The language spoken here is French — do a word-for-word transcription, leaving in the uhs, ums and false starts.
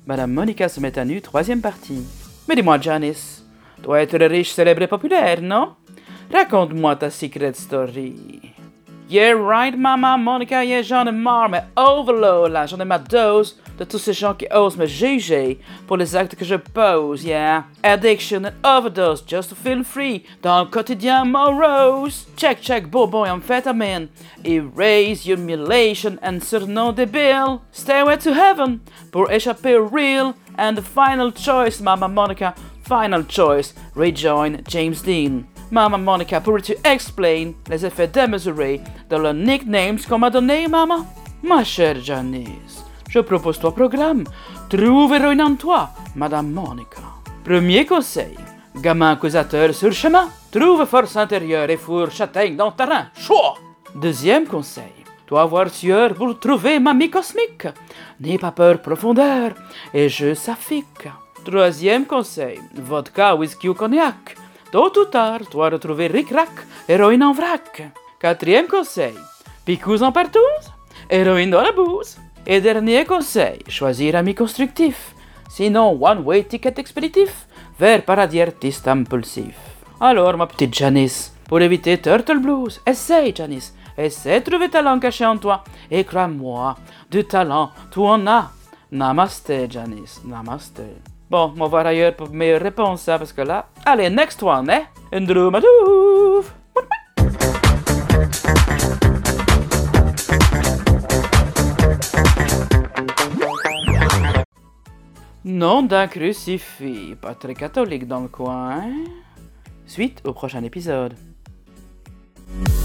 Madame Monica se met à nu, troisième partie. Mais dis-moi, Janice, dois être riche, célèbre et populaire, non? Raconte-moi ta secret story. Yeah, right, Mama Monica, yeah, j'en ai marre, mais overload, là, j'en ai ma dose de tous ces gens qui osent me juger pour les actes que je pose, yeah. Addiction and overdose, just to feel free, dans le quotidien morose. Check, check, bonbon et amphétamine. Erase, humiliation and surnom débile. Stairway to heaven, pour échapper au real. And the final choice, Mama Monica, final choice, rejoin James Dean. Mama Monica, pourrais-tu explain les effets démesurés de leurs nicknames qu'on m'a donné, maman? Ma chère Janice, je propose trois programmes. Trouve héroïne en toi, Madame Monica. Premier conseil, gamin accusateur sur chemin. Trouve force intérieure et fourre châtaigne dans le terrain. Choix. Deuxième conseil, toi avoir sueur pour trouver mamie cosmique. N'aie pas peur profondeur et jeu saphique. Troisième conseil, vodka, whisky ou cognac. Tôt ou tard, toi retrouver ric-rac, héroïne en vrac. Quatrième conseil, picouse en partouze, héroïne dans la bouse. Et dernier conseil, choisir ami constructif. Sinon, one-way ticket expéditif vers paradis artiste impulsif. Alors, ma petite Janice, pour éviter Turtle Blues, essaye, Janice. Essaie de trouver talent caché en toi. Et crois-moi, du talent, tu en as. Namaste, Janice, namaste. Bon, on va voir ailleurs pour meilleures réponses, hein, parce que là... Allez, next one, hein? Ndroumadouf! Nom d'un crucifix, pas très catholique dans le coin, hein? Suite au prochain épisode.